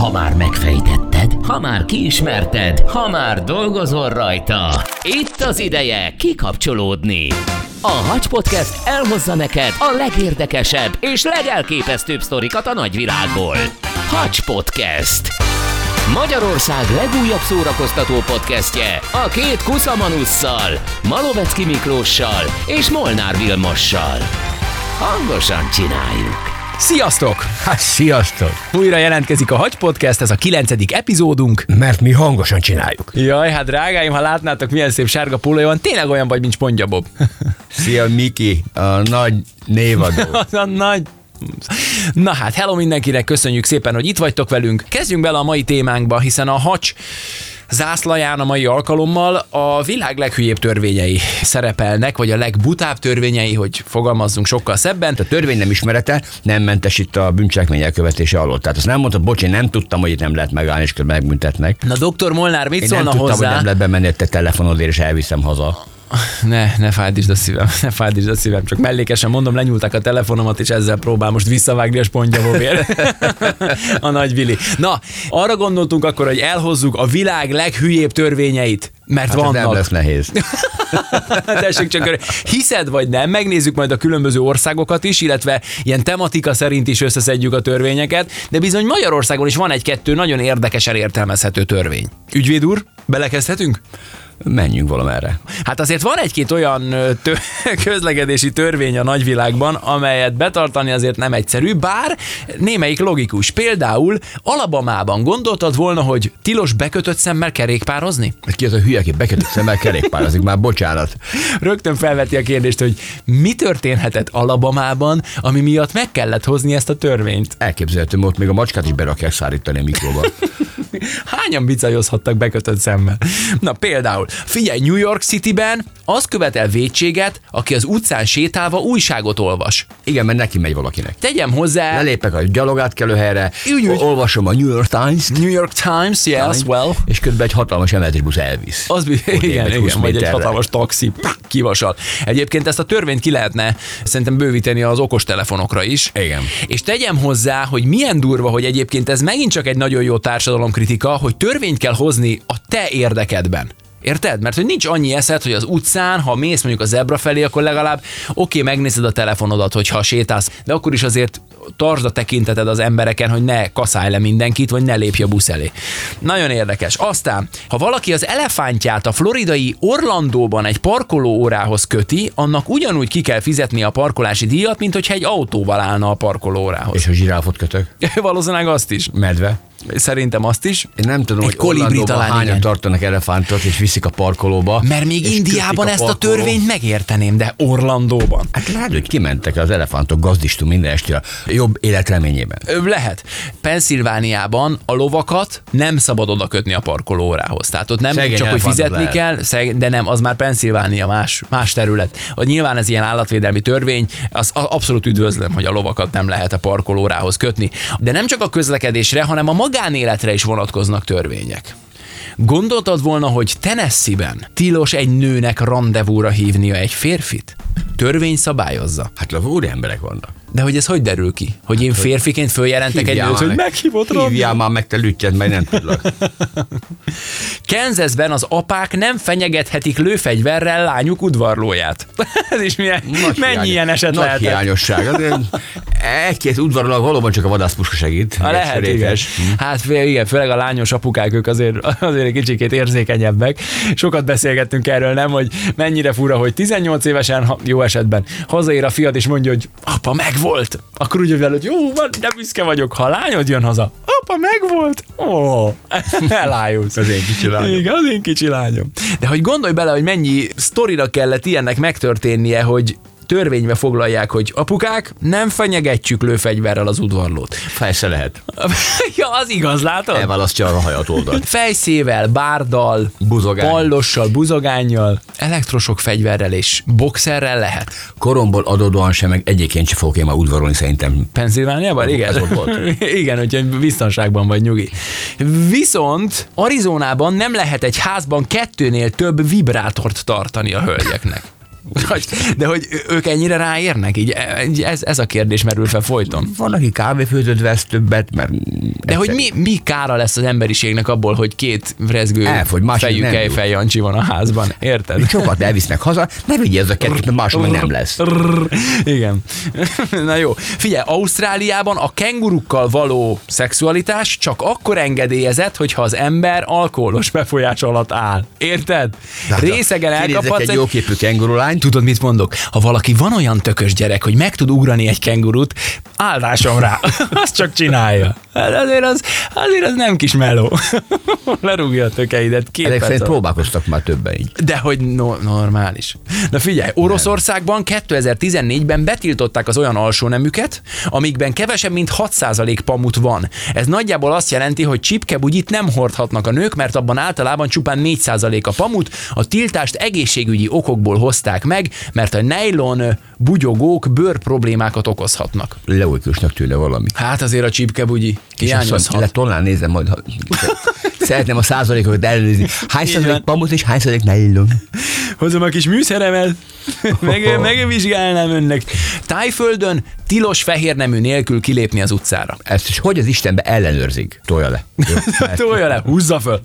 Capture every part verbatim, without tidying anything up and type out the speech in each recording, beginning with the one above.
Ha már megfejtetted, ha már kiismerted, ha már dolgozol rajta, itt az ideje kikapcsolódni. A Hacs Podcast elhozza neked a legérdekesebb és legelképesztőbb sztorikat a nagyvilágból. Hacs Podcast. Magyarország legújabb szórakoztató podcastje a két kuszamanusszal, Malovecki Miklóssal és Molnár Vilmossal. Hangosan csináljuk! Sziasztok! Hát sziasztok! Újra jelentkezik a Hacs Podcast, ez a kilencedik epizódunk. Mert mi hangosan csináljuk. Jaj, hát drágáim, ha látnátok, milyen szép sárga pólója van, tényleg olyan vagy, mint SpongeBob. Szia Miki, a nagy névadó. a nagy... Na hát, hello mindenkinek, köszönjük szépen, hogy itt vagytok velünk. Kezdjünk bele a mai témánkba, hiszen a Hacs zászlaján a mai alkalommal a világ leghülyébb törvényei szerepelnek, vagy a legbutább törvényei, hogy fogalmazzunk sokkal szebben. A törvény nem ismerete nem mentesít a bűncselekmény elkövetése alól. Tehát azt nem mondta, bocs, én nem tudtam, hogy itt nem lehet megállni, és közben megbüntetnek. Na doktor Molnár, mit én szólna nem tudtam, hozzá? hogy nem lehet bemenni a te telefonodért, és elviszem haza. Ne, ne fájdítsd a szívem, ne fájdítsd a szívem, csak mellékesen mondom, lenyúlták a telefonomat, és ezzel próbál most visszavágni a SpongeBobért. A nagy Vili. Na, arra gondoltunk akkor, hogy elhozzuk a világ leghülyébb törvényeit, mert hát vannak. nem lesz nehéz. Tessék csak, hiszed vagy nem, megnézzük majd a különböző országokat is, illetve ilyen tematika szerint is összeszedjük a törvényeket, de bizony Magyarországon is van egy-kettő nagyon érdekesen értelmezhető törvény. Ügyvéd úr, belekezdhetünk? Menjünk valamerre. Hát azért van egy-két olyan tő- közlekedési törvény a nagyvilágban, amelyet betartani azért nem egyszerű, bár némelyik logikus. Például Alabamában gondoltad volna, hogy tilos bekötött szemmel kerékpározni? Ki az a hülye, aki bekötött szemmel kerékpározik, már bocsánat. Rögtön felveti a kérdést, hogy mi történhetett Alabamában, ami miatt meg kellett hozni ezt a törvényt? Elképzelhető, ott még a macskát is berakják szárítani a mikróba. Hányan bicajozhattak bekötött szemmel? Na például, figyelj, New York Cityben az követel vétséget, aki az utcán sétálva újságot olvas. Igen, mert neki megy valakinek. Tegyem hozzá... Lelépek a gyalogátkelőhelyre, Úgy, úgy. olvasom a New York Times. New York Times, yes, Times, well. És közben egy hatalmas emeletes busz elvisz. Az, igen, igen, igen, vagy egy hatalmas taxi kivasal. Egyébként ezt a törvényt ki lehetne szerintem bővíteni az okostelefonokra is. Igen. És tegyem hozzá, hogy milyen durva, hogy egyébként ez megint csak egy nagyon jó társadalomkritika, hogy törvényt kell hozni a te érdekedben. Érted? Mert hogy nincs annyi eszed, hogy az utcán, ha mész mondjuk a zebra felé, akkor legalább oké, okay, megnézed a telefonodat, hogyha sétálsz, de akkor is azért tartsd a tekinteted az embereken, hogy ne kaszálj le mindenkit, vagy ne lépj a busz elé. Nagyon érdekes. Aztán, ha valaki az elefántját a floridai Orlandóban egy parkoló órához köti, annak ugyanúgy ki kell fizetni a parkolási díjat, mint hogyha egy autóval állna a parkoló órához. És a zsiráfot kötök? Valószínűleg azt is. Medve? Szerintem azt is. Én nem tudom, egy hogy Orlandóban hányan igen. tartanak elefántot, és viszik a parkolóba. Mert még Indiában a ezt a törvényt megérteném, de Orlandóban. Hát lehet, hogy kimentek az elefántok gazdistú minden estére jobb életreményében. Lehet. Pennsylvániában a lovakat nem szabad oda kötni a parkolóórához. Tehát ott nem Szegény csak, hogy fizetni lehet. kell, szeg, de nem, az már Pennsylvánia más, más terület. Nyilván ez ilyen állatvédelmi törvény, az abszolút üdvözlöm, hogy a lovakat nem lehet a parkolóórához kötni. De nem csak a közlekedésre, hanem a magánéletre is vonatkoznak törvények. Gondoltad volna, hogy Tennessee-ben tilos egy nőnek randevúra hívnia egy férfit? Törvény szabályozza. Hát úri emberek vannak. De hogy ez hogy derül ki? Hogy én férfiként följelentek egy nőt, hogy meghívott rá. Hívjál már meg, te lüttyed, mert nem tudlak. Kansasben az apák nem fenyegethetik lőfegyverrel lányuk udvarlóját. Ez is milyen, Nagy mennyi hiány, ilyen eset nagy lehetett? hiányosság. Egy-két udvarlónak valóban csak a vadászpuska segít. Ha lehet, igen. Hát igen, főleg a lányos apukák, ők azért, azért egy kicsikét érzékenyebbek. Sokat beszélgettünk erről, nem, hogy mennyire fura, hogy tizennyolc évesen, jó esetben, hazaér a fiad, és mondja, hogy apa, megvolt. Akkor úgy vele, hogy jó, van, de büszke vagyok, ha a lányod jön haza. Apa, megvolt. Ó, elájulsz. Az én kicsi lányom. Igen, az én kicsi lányom. De hogy gondolj bele, hogy mennyi sztorira kellett ilyennek megtörténnie, hogy törvénybe foglalják, hogy apukák, nem fenyegetjük lőfegyverrel az udvarlót. Fejsze lehet. Ja, az igaz, látod? Elválasztja a hajat oldalt. Fejszével, bárddal, Buzogány. pallossal, buzogánnyal, elektrosok fegyverrel és boxerrel lehet. Koromból adódóan sem, meg egyébként sem fogok én már udvarolni szerintem. Pennsylvániában? Igen. Ez ott volt. Igen, úgyhogy biztonságban vagy, nyugi. Viszont Arizonában nem lehet egy házban kettőnél több vibrátort tartani a hölgyeknek. De hogy ők ennyire ráérnek? Így, így ez, ez a kérdés merül fel folyton. Van, aki kávéfőzőt vesz többet, mert... De hogy mi, mi kára lesz az emberiségnek abból, hogy két rezgő Elfogy, fejű Kejfej Jancsi van a házban, érted? Sokat elvisznek haza, ne vigyél ez a kettőt, mert máshol meg nem lesz. Igen. Na jó. Figyelj, Ausztráliában a kengurukkal való szexualitás csak akkor engedélyezett, hogyha az ember alkoholos befolyás alatt áll. Érted? Részegen elkaphatsz egy jóképű kengurulányt. Tudod, mit mondok? Ha valaki van olyan tökös gyerek, hogy meg tud ugrani egy kengurut, áldásom rá. Azt csak csinálja. Azért az, azért az nem kis meló. Lerúgja a tökeidet. Két Ezek perc szerint alatt. próbálkoztak már többen így. De hogy no, normális. Na figyelj, Oroszországban kétezer-tizennégyben betiltották az olyan alsóneműket, amikben kevesebb, mint hat százalék pamut van. Ez nagyjából azt jelenti, hogy csipkebugyit nem hordhatnak a nők, mert abban általában csupán négy százalék a pamut. A tiltást egészségügyi okokból hozták meg, mert a nejlon bugyogók bőr problémákat okozhatnak. Leolykosnak tőle valami. Hát azért a csipkebugyi És azt hiányozhat. le tonnán nézem majd. Ha... Szeretném a százalékokat ellenőrizni. Hány Így százalék van. pamut és hány százalék nejlon? Hozom a kis műszeremet, meg, megvizsgálnám önnek. Tájföldön tilos fehérnemű nélkül kilépni az utcára. Ezt is hogy az Istenbe ellenőrzik? Tolja le. Tolja le, húzza föl.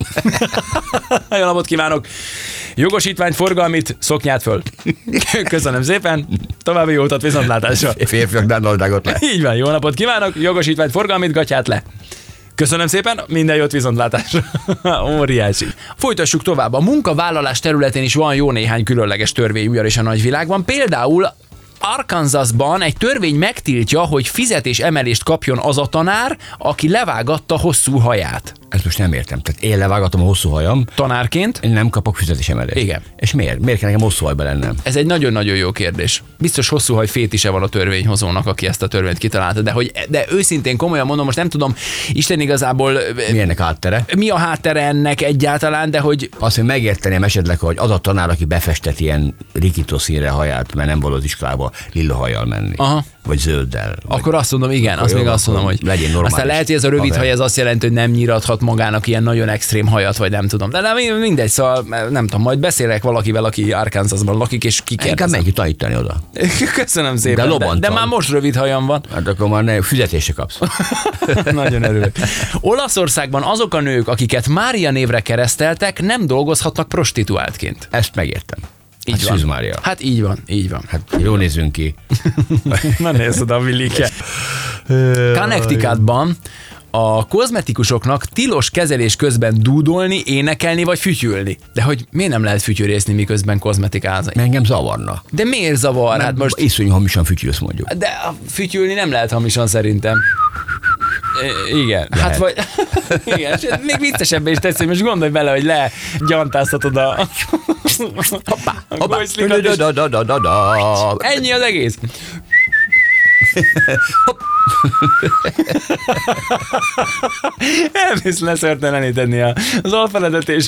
Jó napot kívánok! Jogosítvány, forgalmit, szoknyát föl. Köszönöm szépen, további jó utat, viszontlátásra. Férfiak dandaldágot le. Így van, jó napot kívánok, jogosítvány, forgalmit, gatyát le. Köszönöm szépen, minden jót, viszontlátásra. Óriási. Folytassuk tovább. A munkavállalás területén is van jó néhány különleges törvény ugyanis a nagyvilágban. Például Arkansasban egy törvény megtiltja, hogy fizetésemelést kapjon az a tanár, aki levágatta hosszú haját. Ezt most nem értem. Tehát én levágatom a hosszú hajam, Tanárként? én nem kapok fizetésemelést. Igen. És miért? Miért kell nekem hosszú hajba lennem? Ez egy nagyon-nagyon jó kérdés. Biztos hosszú haj fétise van a törvényhozónak, aki ezt a törvényt kitalálta, de hogy de őszintén komolyan mondom, most nem tudom, Isten igazából Mi ennek háttere? mi a háttere ennek egyáltalán, de hogy Azt, hogy megérteném esetleg, hogy az a tanár, aki befestett ilyen rikító színre haját, mert nem való az iskolába lila hajjal menni. Aha. Vagy zölddel. Vagy... akkor azt mondom, igen, azt jó, még azt mondom, akkor hogy legyen normális aztán lehet, hogy ez a rövid haver. haj, ez azt jelenti, hogy nem nyírathat magának ilyen nagyon extrém hajat, vagy nem tudom. De nem, mindegy, szóval nem tudom, majd beszélek valakivel, aki Arkansasban lakik, és Inkább kikérdezem. menjünk tanítani oda. Köszönöm szépen, De de, de, lobantam. már most rövid hajam van. Hát akkor már ne, fizetésre kapsz. Nagyon örülök. Olaszországban azok a nők, akiket Mária névre kereszteltek, nem dolgozhatnak prostituáltként. Ezt megértem. Így Hát van. Szűz Mária. Hát így van, így van. Hát jól nézzünk ki. Na nézd oda, Villike. Connecticutban a kozmetikusoknak tilos kezelés közben dúdolni, énekelni vagy fütyülni. De hogy miért nem lehet fütyűrészni, miközben kozmetikázani? Engem zavarna. De miért zavar? Hát Hát most... iszonyú hamisan fütyülsz mondjuk. De a fütyülni nem lehet hamisan szerintem. I- igen. Lehet. Hát vagy... igen, és még viccesebben is tesz, hogy most gondolj bele, hogy legyantáztatod a... Hoppá, a hoppá. gojszlikat, és Da, da, da, da, da. ennyi az egész. Elmész leszörteleníteni a- az alfeledet, és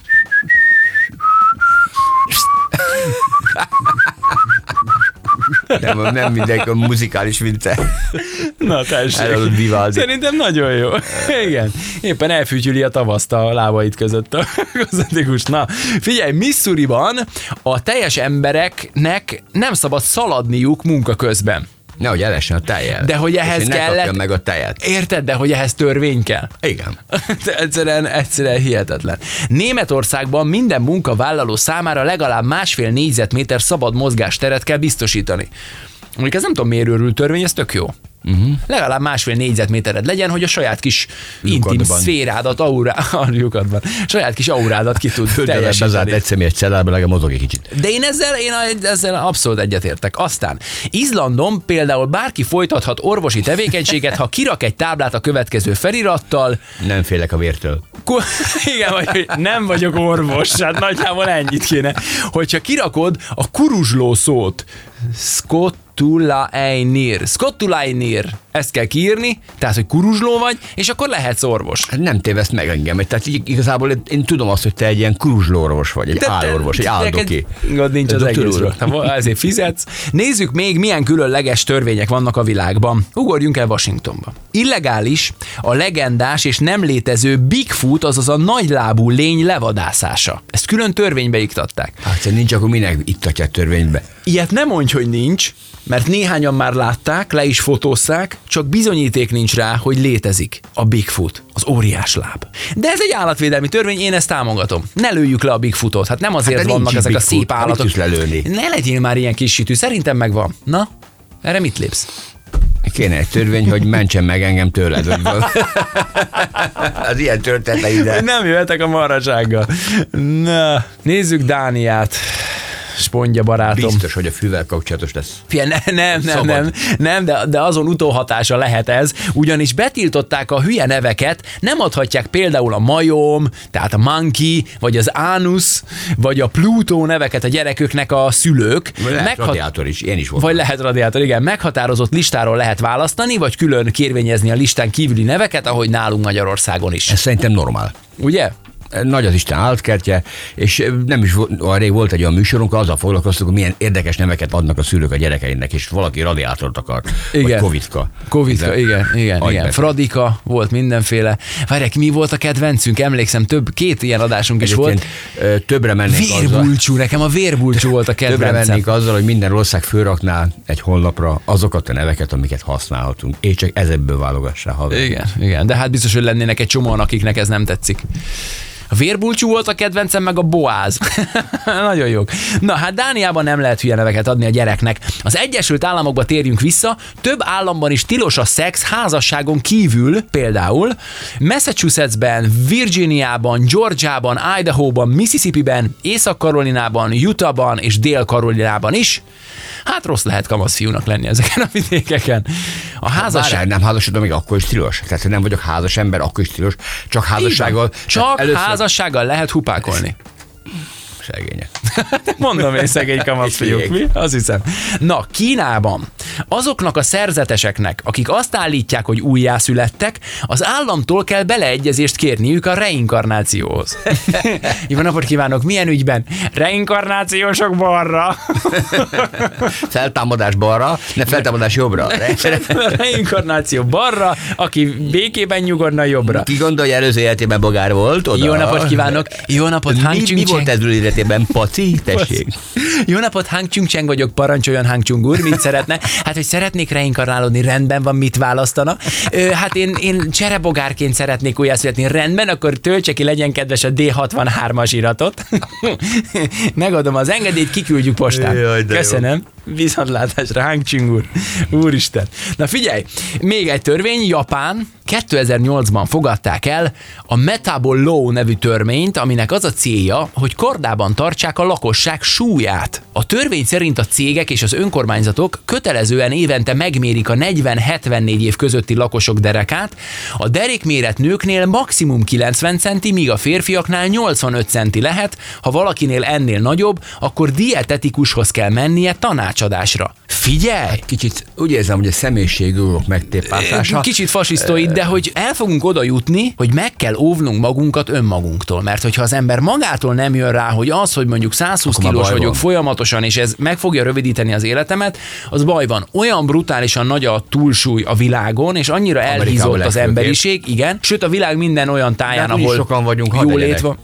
Nem, nem mindenki a muzikális vince. na tessék. Eladott Vivaldi. Szerintem nagyon jó. Igen. Éppen elfütyüli a tavaszt a lábaid között a kozmetikus. Na, figyelj, Missouriban a teljes embereknek nem szabad szaladniuk munka közben. Nehogy elessen a tejjel. De hogy ehhez és ne kellett- kapjam meg a tejet. Érted, de hogy ehhez törvény kell? Igen. De egyszerűen, egyszerűen hihetetlen. Németországban minden munkavállaló számára legalább másfél négyzetméter szabad mozgásteret kell biztosítani. Mondjuk ez nem tudom, miért őrült törvény, ez tök jó. Uh-huh. Legalább másfél négyzetmétered legyen, hogy a saját kis intim Lyukadban. szférádat, aurá, a lyukadban, saját kis aurádat ki tud Földbe bezárt teljesíteni. egy személyes cellába, legalább mozog egy kicsit. De én ezzel, én ezzel abszolút egyetértek. Aztán Izlandon például bárki folytathat orvosi tevékenységet, ha kirak egy táblát a következő felirattal, Nem félek a vértől. Ku- igen, vagy hogy nem vagyok orvos, hát nagyjából ennyit kéne. Hogyha kirakod a kuruzsló szót, Scott Skottulainir. Skottulainir. Ezt kell kiírni, tehát, hogy kuruzsló vagy, és akkor lehetsz orvos. Hát nem téveszt meg engem, tehát így igazából én, én tudom azt, hogy te egy ilyen kuruzslórvos vagy, egy állorvos, egy áldoki. Ingod nincs az egészről. Ezért fizetsz. Nézzük még, milyen különleges törvények vannak a világban. Ugorjunk el Washingtonba. Illegális a legendás és nem létező Bigfoot, azaz a nagylábú lény levadászása. Ezt külön törvénybe iktatták. Hát nincs, akkor minek iktatják törvénybe? Ilyet nem mondj, hogy nincs, mert néhányan már látták, le is fotózzák, csak bizonyíték nincs rá, hogy létezik a Bigfoot, az óriás láb. De ez egy állatvédelmi törvény, én ezt támogatom. Ne lőjük le a Bigfootot, hát nem azért hát vannak ezek Bigfoot, a szép állatok. Ne legyél már ilyen kis sütű, szerintem megvan. Na, erre mit lépsz? Kéne egy törvény, hogy mentsen meg engem tőled. Az ilyen történet ide. Nem jöhetek a marhasággal. Na, nézzük Dániát. Spondja barátom. Biztos, hogy a fűvel kapcsolatos lesz. Fia, ne, nem, nem, nem, nem, de, de azon utóhatása lehet ez, ugyanis betiltották a hülye neveket, nem adhatják például a majom, tehát a monkey, vagy az anus, vagy a Pluto neveket a gyereköknek a szülők. Lehet Meghat- radiátor is, én is voltam. Vagy lehet radiátor, igen. Meghatározott listáról lehet választani, vagy külön kérvényezni a listán kívüli neveket, ahogy nálunk Magyarországon is. Ez szerintem normál. Ugye? Nagy az Isten állatkertje, és nem is olyan rég volt egy olyan műsorunk, azzal foglalkoztunk, hogy milyen érdekes neveket adnak a szülők a gyerekeinek, és valaki radiátort akar, igen. Vagy Covidka. Covidka, De igen, igen, igen. Fradika, volt mindenféle. Várják, mi volt a kedvencünk? Emlékszem, több, két ilyen adásunk is Egyébként volt. Többre mennénk Vérbulcsú, nekem a vérbulcsú volt a kedvencem. Többre mennénk azzal, hogy minden ország fölrakná egy honlapra azokat a neveket, amiket használhatunk. És csak ezekből válogassál haver. Igen, igen, de hát biztos, hogy lennének egy csomóan, akiknek ez nem tetszik. A vérbulcsú volt a kedvencem, meg a boáz. Nagyon jók. Na hát Dániában nem lehet hülye neveket adni a gyereknek. Az Egyesült Államokba térjünk vissza, több államban is tilos a szex házasságon kívül, például Massachusettsben, Virginiában, Georgiában, Idahoban, Mississippiben, Észak-Karolinában, Utahban és Dél-Karolinában is. Hát rossz lehet kamasz fiúnak lenni ezeken a vidékeken. A házasság... Várjál, nem házasodom, még akkor is tilos. Tehát, ha nem vagyok házas ember, akkor is tilos. Csak házassággal... Csak először... házassággal lehet hupákolni. Szegények. Mondom én, szegény kamasz fiúk, mi? Azt hiszem. Na, Kínában azoknak a szerzeteseknek, akik azt állítják, hogy újjászülettek, az államtól kell beleegyezést kérniük a reinkarnációhoz. Jó napot kívánok, milyen ügyben? Reinkarnációsok balra. Feltámadás balra, ne feltámadás jobbra. Reinkarnáció balra, aki békében nyugodna jobbra. Ki gondolja, előző életében bogár volt oda? Jó napot kívánok, jó napot, Hang Mi, mi volt ez életében, Paci? Tessék. Jó napot, Hang Chung Cheng vagyok, parancsoljon Hang Chung úr, mit szeretne? Hát, hogy szeretnék reinkarnálódni, rendben van, mit választana? Ö, hát én, én cserebogárként szeretnék újjászületni, rendben, akkor töltse ki, legyen kedves a dé hatvanhármas iratot. Megadom az engedélyt, kiküldjük postán. Jaj, Köszönöm. Jó. Viszontlátásra, Hang Chung úr. Úristen. Na figyelj, még egy törvény, Japán kétezer-nyolcban fogadták el a Metabol Law nevű törvényt, aminek az a célja, hogy kordában tartsák a lakosság súlyát. A törvény szerint a cégek és az önkormányzatok kötelezően évente megmérik a negyven-hetvennégy év közötti lakosok derekát, a derékméret nőknél maximum kilencven centi, míg a férfiaknál nyolcvanöt centi lehet, ha valakinél ennél nagyobb, akkor dietetikushoz kell mennie tanácsadásra. Figyelj! Kicsit úgy érzem, hogy a személyiségünk megtépásása. Kicsit fasisztoid, de hogy el fogunk oda jutni, hogy meg kell óvnunk magunkat önmagunktól. Mert hogyha az ember magától nem jön rá, hogy az, hogy mondjuk száz húsz kilós vagyok van. Folyamatosan, és ez meg fogja rövidíteni az életemet, az baj van. Olyan brutálisan nagy a túlsúly a világon, és annyira elhízott az emberiség, igen. Sőt, a világ minden olyan táján, de ahol sokan vagyunk, jólét van.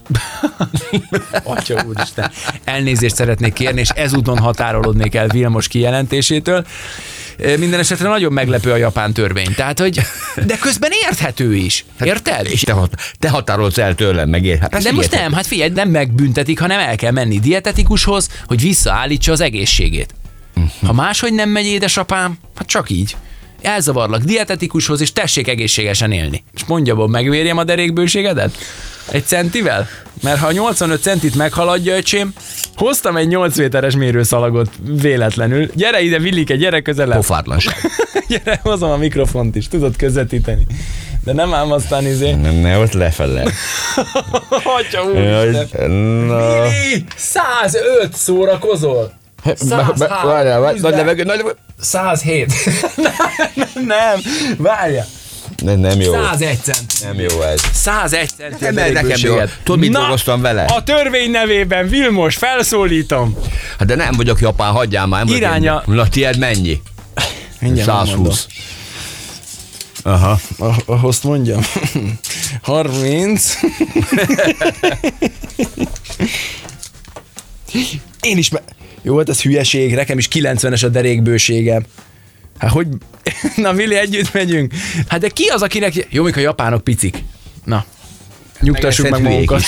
Atya úristen. Elnézést szeretnék kérni, és ezúton határolódnék el Vilmos kijelentésétől. Minden esetre nagyon meglepő a japán törvény. Tehát, hogy de közben érthető is. Érted? És te, hat, te határolsz el tőlem, meg ér. Hát de most érthető. Nem, hát figyelj, nem megbüntetik, hanem el kell menni dietetikushoz, hogy visszaállítsa az egészségét. Ha máshogy nem megy, édesapám, hát csak így. Elzavarlak dietetikushoz, és tessék egészségesen élni. És mondja, Bob, megvérjem a derékbőségedet? Egy centivel? Mert ha a nyolcvanöt centit meghaladja, öcsém, hoztam egy nyolc méteres mérőszalagot véletlenül. Gyere ide, Villike, gyere közelebb. Pofátlanság. Gyere, hozom a mikrofont is, tudod közvetíteni. De nem ám aztán izé. Nem, ne, ott lefele. Atya úristen. Mili, százöt szórakozol. Várjál, nagy levegő, nagy levegő. százhét. nem, nem, várja. Nem, nem jó. százegy cent. Nem jó ez. százegy cent. Nem, nekem jó. Tudod, mit dolgoztam vele? A törvény nevében, Vilmos, felszólítom. Hát de nem vagyok japán, hagyjál már. Iránya. Na, tiéd mennyi? százhúsz. Aha. Azt mondjam. harminc. Én is me... Jó, hát ez hülyeség, nekem is kilencvenes a derékbőségem. Hát hogy... Na, Vili, együtt megyünk. Hát de ki az, akinek... Jó, mikor a japánok picik. Na. Nyugtassuk meg magunkat.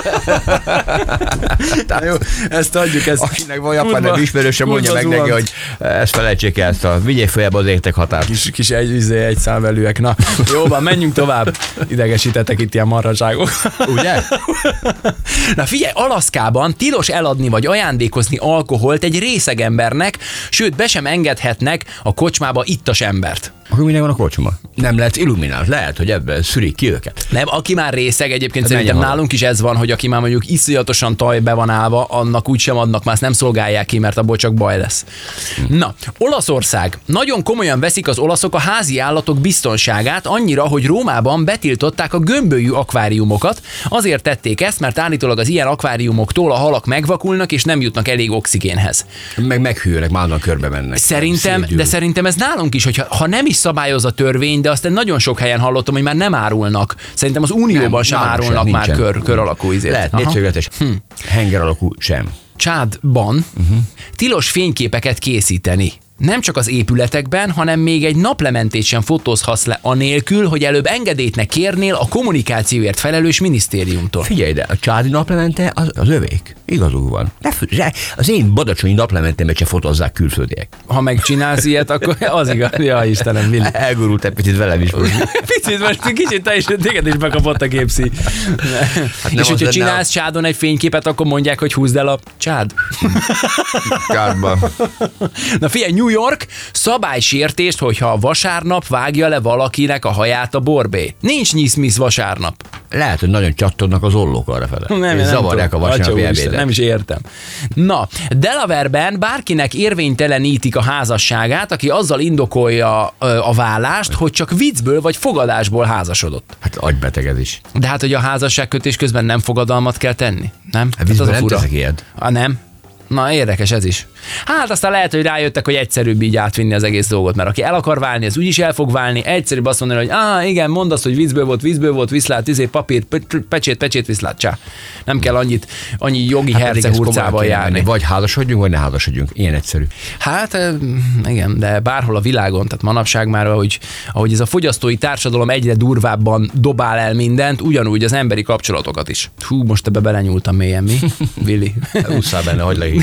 Tehát jó, ezt adjuk. Ezt akinek van japán nem ismerőse, mondja meg neki, hogy ezt felejtsék el, ezt a vigyék följebb az égtek határt. Kis, kis egy, egy számvelőek. Na, jó van, menjünk tovább. Idegesítettek itt ilyen marhaságok. Ugye? Na figyelj, Alaszkában tilos eladni vagy ajándékozni alkoholt egy részeg embernek, sőt, be sem engedhetnek a kocsmába ittas embert. Akkor minek van a kocsma? Nem lehet illuminált, lehet, hogy ebben szürik ki őket. Nem, aki már részeg, egyébként Hát szerintem menjen nálunk is ez van, hogy aki már mondjuk iszonyatosan taj be van állva, annak úgysem adnak, már ezt nem szolgálják ki, mert abból csak baj lesz. Hm. Na, Olaszország. Nagyon komolyan veszik az olaszok a házi állatok biztonságát, annyira, hogy Rómában betiltották a gömbölyű akváriumokat. Azért tették ezt, mert állítólag az ilyen akváriumoktól a halak megvakulnak, és nem jutnak elég oxigénhez. Meg meghűlnek, már körbe mennek. Szerintem, de szerintem ez nálunk is, hogy ha nem is szabályoz a törvény, de aztán nagyon sok helyen hallottam, hogy már nem árulnak. Szerintem az Unióban nem, sem árulnak sem, már kör, kör alakú izét. Lehet, négyszögletes, hm. henger alakú sem. Csádban uh-huh. tilos fényképeket készíteni. Nem csak az épületekben, hanem még egy naplementét sem fotózhatsz le anélkül, hogy előbb engedélyt ne kérnél a kommunikációért felelős minisztériumtól. Figyelj ide, a csádi naplemente az, az övék. Igazuk van. Az én badacsonyi naplementemet se fotózzák külföldiek. Ha megcsinálsz ilyet, akkor az igaz. Ja, Istenem, Vili. Elgurult egy picit velem is. Picit, most kicsit te is, téged is bekapott a képszi. Hát és hogyha csinálsz a... csádon egy fényképet, akkor mondják, hogy húzd el a csád. Csádban. Na figyelj, New York szabálysértést, hogyha vasárnap vágja le valakinek a haját a borbé. Nincs nyiszmisz vasárnap. Lehet, hogy nagyon csattodnak az ollók arrafele. Nem, és nem zavarják tudom. a vasárnapi ebédet. Nem is értem. Na, Delaware-ben bárkinek érvénytelenítik a házasságát, aki azzal indokolja ö, a vállást, hogy csak viccből vagy fogadásból házasodott. Hát agybeteg ez is. De hát, hogy a házasságkötés közben nem fogadalmat kell tenni, nem? Hát viccből nem teszek ilyet. Ah, nem? Na, érdekes ez is. Hát aztán lehet, hogy rájöttek, hogy egyszerűbb így átvinni az egész dolgot, mert aki el akar válni, az úgyis el fog válni, egyszerűbb azt mondani, hogy ah, igen, mondd azt, hogy vízből volt, vízből volt, viszlát, izé, papír, pecsét, pecsét, viszlát, csá. Nem kell annyit, annyi jogi hát herce hurcával járni. Vagy házasodjunk, vagy ne házasodjunk. Ilyen egyszerű. Hát igen, de bárhol a világon, tehát manapság már, ahogy, ahogy ez a fogyasztói társadalom egyre durvábban dobál el mindent, ugyanúgy az emberi kapcsolatokat is. Hú, most ebbe belenyúltam mélyen, mi? Vili. Ússzál benne, hogy legyen.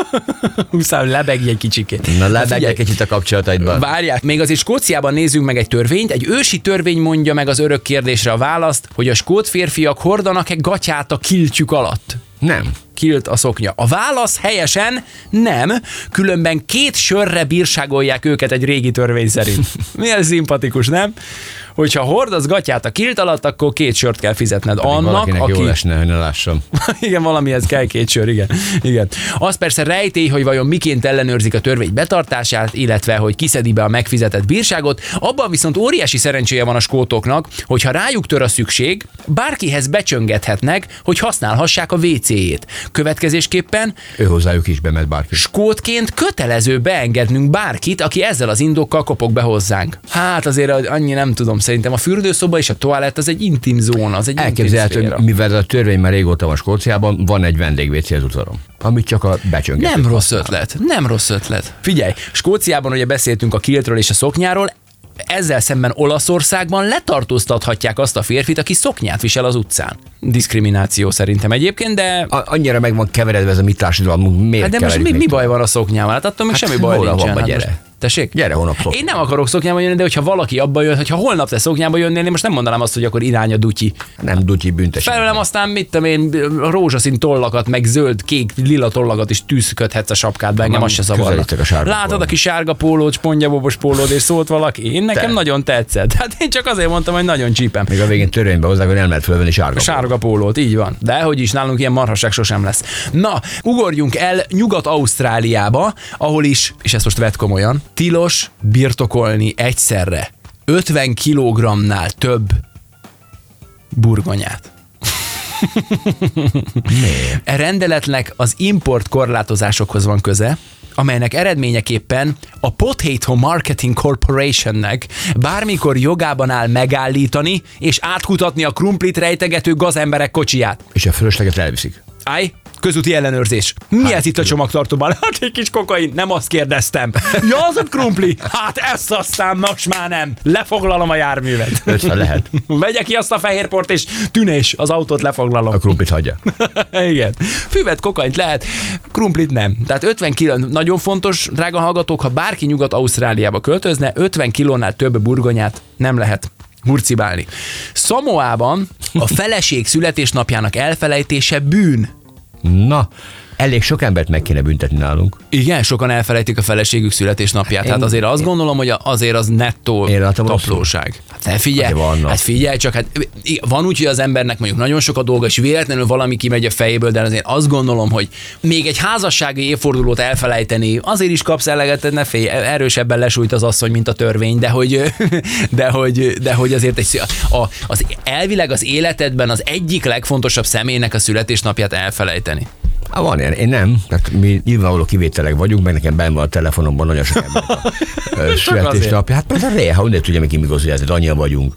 Húszál, lebegj egy kicsikét. Na, lebegj egy kicsit a kapcsolataidban. Várják, még azért Skóciában nézzünk meg egy törvényt. Egy ősi törvény mondja meg az örök kérdésre a választ, hogy a skót férfiak hordanak-e gatyát a kiltjük alatt. Nem. Kilt a szoknya. A válasz helyesen nem, különben két sörre bírságolják őket egy régi törvény szerint. Milyen szimpatikus, nem? Hogyha hordasz gatyát a kilt alatt, akkor két sört kell fizetned pedig annak, aki... jól esne, hogy ne lássam. Igen, valamihez kell két sör, igen. igen. Az persze rejtély, hogy vajon miként ellenőrzik a törvény betartását, illetve hogy kiszedi be a megfizetett bírságot. Abban viszont óriási szerencséje van a skótoknak, hogyha rájuk tör a szükség, bárkihez becsöngethetnek, hogy használhassák a vécéjét. Következésképpen ő hozzájuk is bemegy bárki. Skótként kötelező beengednünk bárkit, aki ezzel az indokkal kopog be hozzánk. Hát azért annyi nem tudom, szerintem a fürdőszoba és a toalett az egy intim zóna, az egy elképzelhető, mivel a törvény már régóta van Skóciában, van egy vendégvécé az udvaron, amit csak a becsöngetők Nem rossz használ. ötlet, nem rossz ötlet. Figyelj, Skóciában ugye beszéltünk a kiltről és a szoknyáról, ezzel szemben Olaszországban letartóztathatják azt a férfit, aki szoknyát visel az utcán. Diszkrimináció szerintem egyébként, de... A, annyira meg van keveredve ez a mi társadalmunk, miért hát de most mi, mi baj van a szoknyával? Hát attól még hát semmi baj nincsen. Van, hát gyere. Tessék? Gyere holnap szoknyába. Én nem akarok szoknyába jönni, de hogyha valaki abba jön, hogyha holnap te szoknyába jönnél, én most nem mondanám azt, hogy akkor irány a dutyi. Nem dutyi büntetés. Felőlem aztán mit tudom én, rózsaszín tollakat, meg zöld, kék, lila tollakat is tűzködhetsz a sapkádba, engem az se zavarna. Látod a kis sárga pólót, spongyabobos pólód, és szólt valaki? Én nekem te. Nagyon tetszett. Hát én csak azért mondtam, hogy nagyon csípem. Még a végén törvénybe hozzák, hogy nem lehet fölvenni sárga, sárga pólót, így van. De hogy is nálunk ilyen marhaság sosem lesz. Na, ugorjunk el Nyugat-Ausztráliába, ahol is, és ezt most vedd komolyan, tilos birtokolni egyszerre ötven kilogramnál több burgonyát. Miért? E rendeletnek az import korlátozásokhoz van köze, amelynek eredményeképpen a Potato Marketing Corporationnek bármikor jogában áll megállítani és átkutatni a krumplit rejtegető gazemberek kocsiját. És a fölösleget elviszik. Állj! Közúti ellenőrzés. Mi hát, ez itt a csomagtartóban? Hát egy kis kokain, nem azt kérdeztem. Ja, az a krumpli? Hát ezt aztán most már nem. Lefoglalom a járművet. Össze lehet. Vegye ki azt a fehérport, és tűnés, az autót lefoglalom. A krumplit hagyja. Igen. Füvet, kokaint lehet, krumplit nem. Tehát ötven kiló, nagyon fontos, drága hallgatók, ha bárki Nyugat-Ausztráliába költözne, ötven kilónál több burgonyát nem lehet hurcibálni. Szamoában a feleség születésnapjának elfelejtése bűn. Na, elég sok embert meg kéne büntetni nálunk. Igen, sokan elfelejtik a feleségük születésnapját. Én, hát azért azt gondolom, hogy azért az nettó taplóság. Hát ne figyelj, hát figyelj csak, hát van úgy, hogy az embernek mondjuk nagyon sok a dolga, és véletlenül valami kimegy a fejéből, de azért azt gondolom, hogy még egy házassági évfordulót elfelejteni, azért is kapsz eleget, ne félj, erősebben lesújt az asszony, mint a törvény, de hogy, de hogy, de hogy azért egy, a, az elvileg az életedben az egyik legfontosabb személynek a születésnapját elfelejteni. Há, van ilyen, én nem, tehát mi nyilvánvaló kivételek vagyunk, meg nekem benn van a telefonomban nagyon sok ember a születésnapja. Hát persze ré, ha onnan tudja, mi kimigazolja, tehát annyian vagyunk.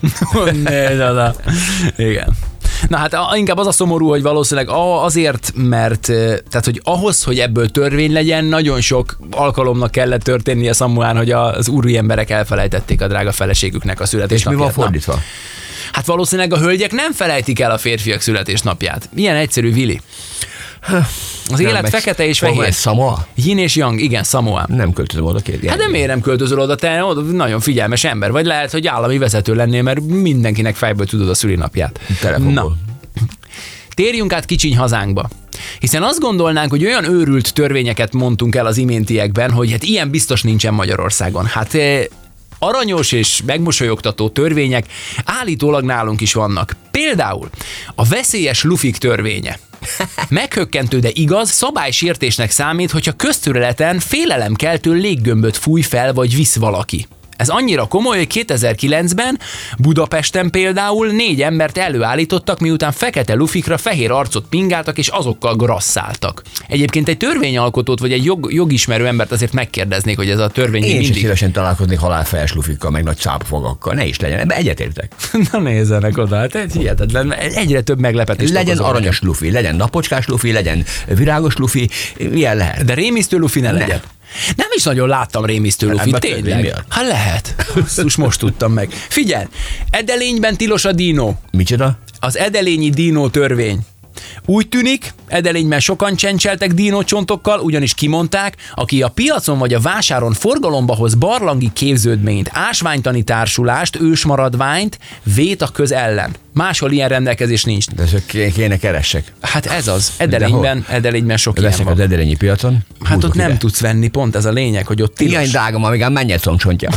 Igen. Na hát inkább az a szomorú, hogy valószínűleg azért, mert tehát, hogy ahhoz, hogy ebből törvény legyen, nagyon sok alkalomnak kellett történnie Szamoán, hogy az úri emberek elfelejtették a drága feleségüknek a születésnapját. És mi van fordítva? Na, hát valószínűleg a hölgyek nem felejtik el a férfiak születésnapját. Ilyen egyszerű, Vili. Az élet nem, fekete és fehér. Ez Samoa? Yin és Yang, igen, Szamoa. Nem költözöm oda két. Hát de miért nem költözöl oda? Te oda nagyon figyelmes ember vagy, lehet, hogy állami vezető lennél, mert mindenkinek fejből tudod a szülinapját. Na, térjünk át kicsiny hazánkba. Hiszen azt gondolnánk, hogy olyan őrült törvényeket mondtunk el az iméntiekben, hogy hát ilyen biztos nincsen Magyarországon. Hát aranyos és megmosolyogtató törvények állítólag nálunk is vannak. Például a veszélyes lufik törvénye. Meghökkentő, de igaz, szabálysértésnek számít, hogyha közterületen félelemkeltő léggömböt fúj fel vagy visz valaki. Ez annyira komoly, hogy kétezer-kilencben Budapesten például négy embert előállítottak, miután fekete lufikra fehér arcot pingáltak és azokkal grasszáltak. Egyébként egy törvényalkotót vagy egy jog, jogismerő embert azért megkérdeznék, hogy ez a törvény én mindig... Én szívesen találkoznék halálfejes lufikkal, meg nagy cápfogakkal. Ne is legyen, ebbe egyetértek. Na nézzenek oda, hát ez hihetetlen, egyre több meglepetés. Legyen aranyos lufi, legyen napocskás lufi, legyen virágos lufi, ilyen lehet. De rémisztő lufi ne legyen. Nem is nagyon láttam rémisztő lufit, tényleg. Hát lehet. Basszus, most tudtam meg. Figyelj, Edelényben tilos a dínó. Micsoda? Az edelényi dínó törvény. Úgy tűnik, Edelényben sokan csencseltek dínócsontokkal, ugyanis kimondták, aki a piacon vagy a vásáron forgalomba hoz barlangi képződményt, ásványtani társulást, ősmaradványt, vét a köz ellen. Máshol ilyen rendelkezés nincs. De ezek kéne keressek. Hát ez az. Edelényben, Edelényben sok Leszek ilyen van. az edelényi piacon. Hát ott nem ide. Tudsz venni, pont ez a lényeg, hogy ott tilos. Ilyen drága, ma még ám mennyet szomcsontja.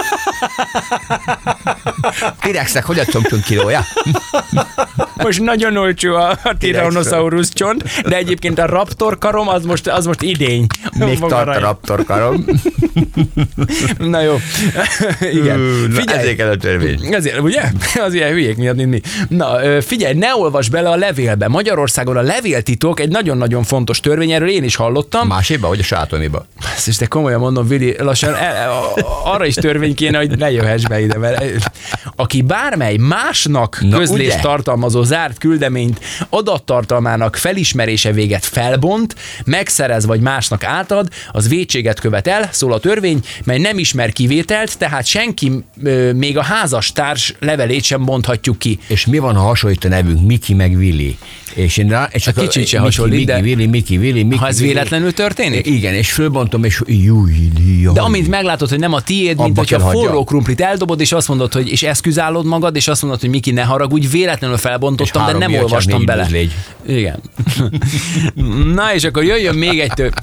Tirexnek hogy a szomcsont kilója? Most nagyon olcsó a Tyrannosaurus csont, de egyébként a raptor karom az most, az most idény. Még tart a raptor karom. Na jó. Igen. Figyelj. Ezért kell a törvény. Ezért, ugye? Az ilyen hülyék miatt inni. Na, figyelj, ne olvasd bele a levélbe. Magyarországon a levéltitok egy nagyon-nagyon fontos törvény, erről én is hallottam. Máséba, vagy a sátormiba? Ezt de komolyan mondom, Vili, lassan el, arra is törvény kéne, hogy ne jöhess be ide, mert aki bármely másnak Na, közlést ugye? tartalmazó zárt küldeményt adattartalmának felismerése véget felbont, megszerez vagy másnak átad, az vétséget követel, szól a törvény, mely nem ismer kivételt, tehát senki, még a házastárs levelét sem bonthatjuk ki. És mi van, ha hasonlít a nevünk Miki meg Willi? És, én rá, és a kicsit se hasonlít, de... Miki, Willi, Miki, Willi, Miki, ha ez véletlenül történik? Igen, és fölbontom, és júj, júj. De amint meglátod, hogy nem a tiéd, mint hogyha forró hagyja. Krumplit eldobod, és azt mondod, hogy és eszküzálod magad, és azt mondod, hogy Miki, ne haragudj, véletlenül felbontottam, de nem olvastam bele. Légy. Igen. Na, és akkor jöjjön még egy több.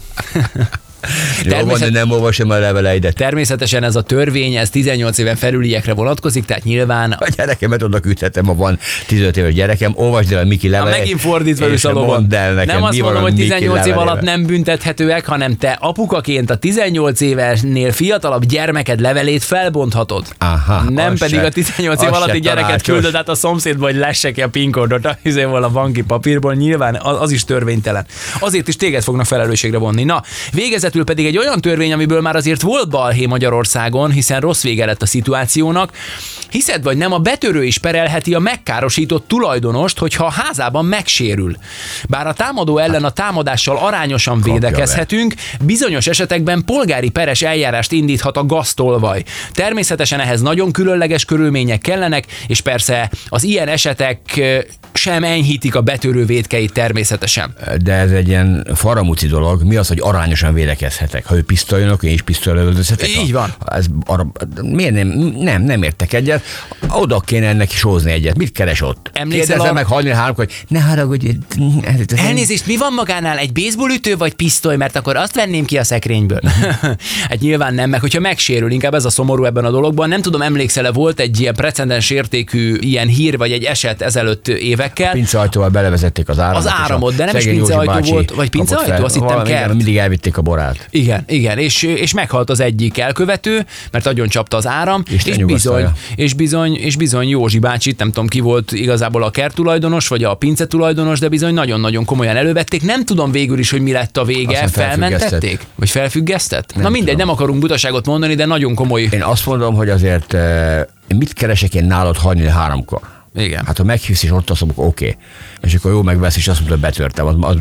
Jó van, de nem olvasom a leveleidet. Természetesen ez a törvény, ez tizennyolc éven felüliekre vonatkozik, tehát nyilván... A gyerekemet oda küldhetem, ha van tizenöt éves gyerekem, olvasd el a Miki leveleit. Ha megint fordítva ősz a lovon. Nem azt mondom, hogy tizennyolc év alatt nem büntethetőek, hanem te apukaként a tizennyolc évesnél fiatalabb gyermeked levelét felbonthatod. Aha, nem pedig se, a tizennyolc év alatti gyereket tanácsos. küldöd át a szomszédba, hogy lesse ki a PIN kódot a banki papírból, nyilván az, az is törvénytelen. Azért is téged fognak felelősségre vonni. Na, végezetül pedig egy olyan törvény, amiből már azért volt balhé Magyarországon, hiszen rossz vége lett a szituációnak. Hiszed vagy nem, a betörő is perelheti a megkárosított tulajdonost, hogyha a házában megsérül. Bár a támadó ellen a támadással arányosan Kapja védekezhetünk, bizonyos esetekben polgári peres eljárást indíthat a gaztolvaj. Természetesen ehhez nagyon különleges körülmények kellenek, és persze az ilyen esetek sem enyhítik a betörő vétkeit természetesen. De ez egy ilyen faramúci dolog. Mi az, hogy arányosan védekezhetek? Ha ő pisztolyonok, én is pisztolyolövöldözhetek? Így van. Ez arra, miért nem, nem, nem értek egyet? Oda kéne ennek is hozni egyet. Mit keres ott? Kérdezem a... meg hagyni háromkor, hogy ne haragudj. Elnézést, mi van magánál? Egy baseballütő vagy pisztoly? Mert akkor azt venném ki a szekrényből. Hát nyilván nem, meg hogyha megsérül, inkább ez a szomorú ebben a dologban. Nem tudom, emlékszel-e, volt egy ilyen precedens értékű ilyen hír vagy egy eset ezelőtt évekkel. Pinceajtóval belevezették az áramot. Az áramot, de nem is pinceajtó volt, vagy pinceajtó, azt hittem kert. Mindig elvitték a borát. Igen, igen, és, és meghalt az egyik elkövető, mert nagyon csapta az áram, és, és bizony, és bizony, és bizony Józsi bácsi, nem tudom ki volt igazából a kerttulajdonos, vagy a pince tulajdonos, de bizony nagyon-nagyon komolyan elővették. Nem tudom végül is, hogy mi lett a vége, felmentették? Vagy felfüggesztett? Nem Na mindegy, tudom. Nem akarunk butaságot mondani, de nagyon komoly. Én azt mondom, hogy azért mit keresek én nálad hagyni háromkor? Igen. Hát ha meghívsz és ott azt mondom, oké. Okay. És akkor jó megvesz, és azt mondod, hogy betörtem, az, az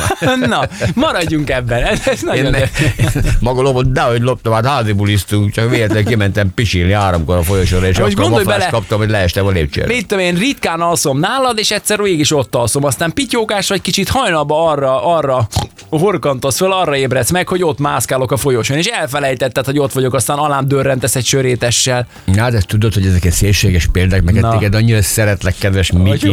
Na, maradjunk ebben. Ez, ez nagyon én, maga lopott, de hogy loptam, hát házi bulisztunk, csak véletlenül kimentem pisilni háromkor a folyosóra, és most akkor maflást kaptam, hogy leestem a lépcsőre. Mit tudom én, ritkán alszom nálad, és egyszer végig is ott alszom. Aztán pityókás vagy kicsit hajnalba arra, arra horkantasz föl, arra ébredsz meg, hogy ott mászkálok a folyosón, és elfelejtetted, hogy ott vagyok, aztán alám dörrentesz egy sörétessel. Na, de tudod, hogy ezek egy szélséges példák, meg téged annyira szeretlek, kedves Miki.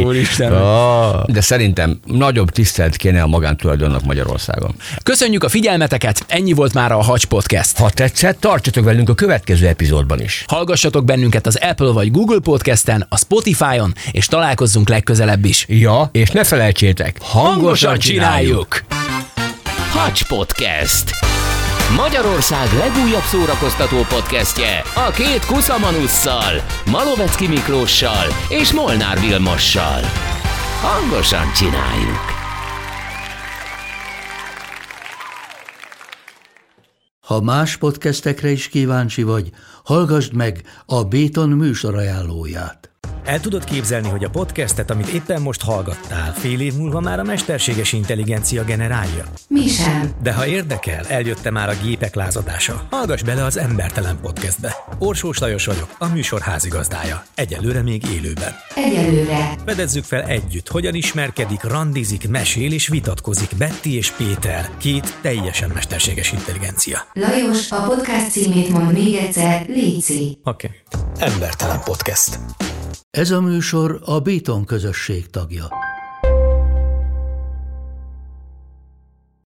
Oh, de szerintem nagyobb tisztelt kéne a magántulajdonnak Magyarországon. Köszönjük a figyelmeteket, ennyi volt már a Hacs Podcast. Ha tetszett, tartsatok velünk a következő epizódban is. Hallgassatok bennünket az Apple vagy Google Podcasten, a Spotify-on, és találkozzunk legközelebb is. Ja, és ne felejtsétek, hangosan, hangosan csináljuk! csináljuk. Hacs Podcast. Magyarország legújabb szórakoztató podcastje a két kuszamanusszal, Malovecki Miklóssal és Molnár Vilmossal. Hangosan csináljuk! Ha más podcastekre is kíváncsi vagy, hallgassd meg a Béton műsor ajánlóját. El tudod képzelni, hogy a podcastet, amit éppen most hallgattál, fél év múlva már a mesterséges intelligencia generálja? Mi sem. De ha érdekel, eljötte már a gépek lázadása. Hallgass bele az Embertelen Podcastbe. Orsós Lajos vagyok, a műsor házigazdája. Egyelőre még élőben. Egyelőre. Fedezzük fel együtt, hogyan ismerkedik, randizik, mesél és vitatkozik Betty és Péter, két teljesen mesterséges intelligencia. Lajos, a podcast címét mond még egyszer, léci. Oké. Okay. Embertelen Podcast. Ez a műsor a Béton közösség tagja.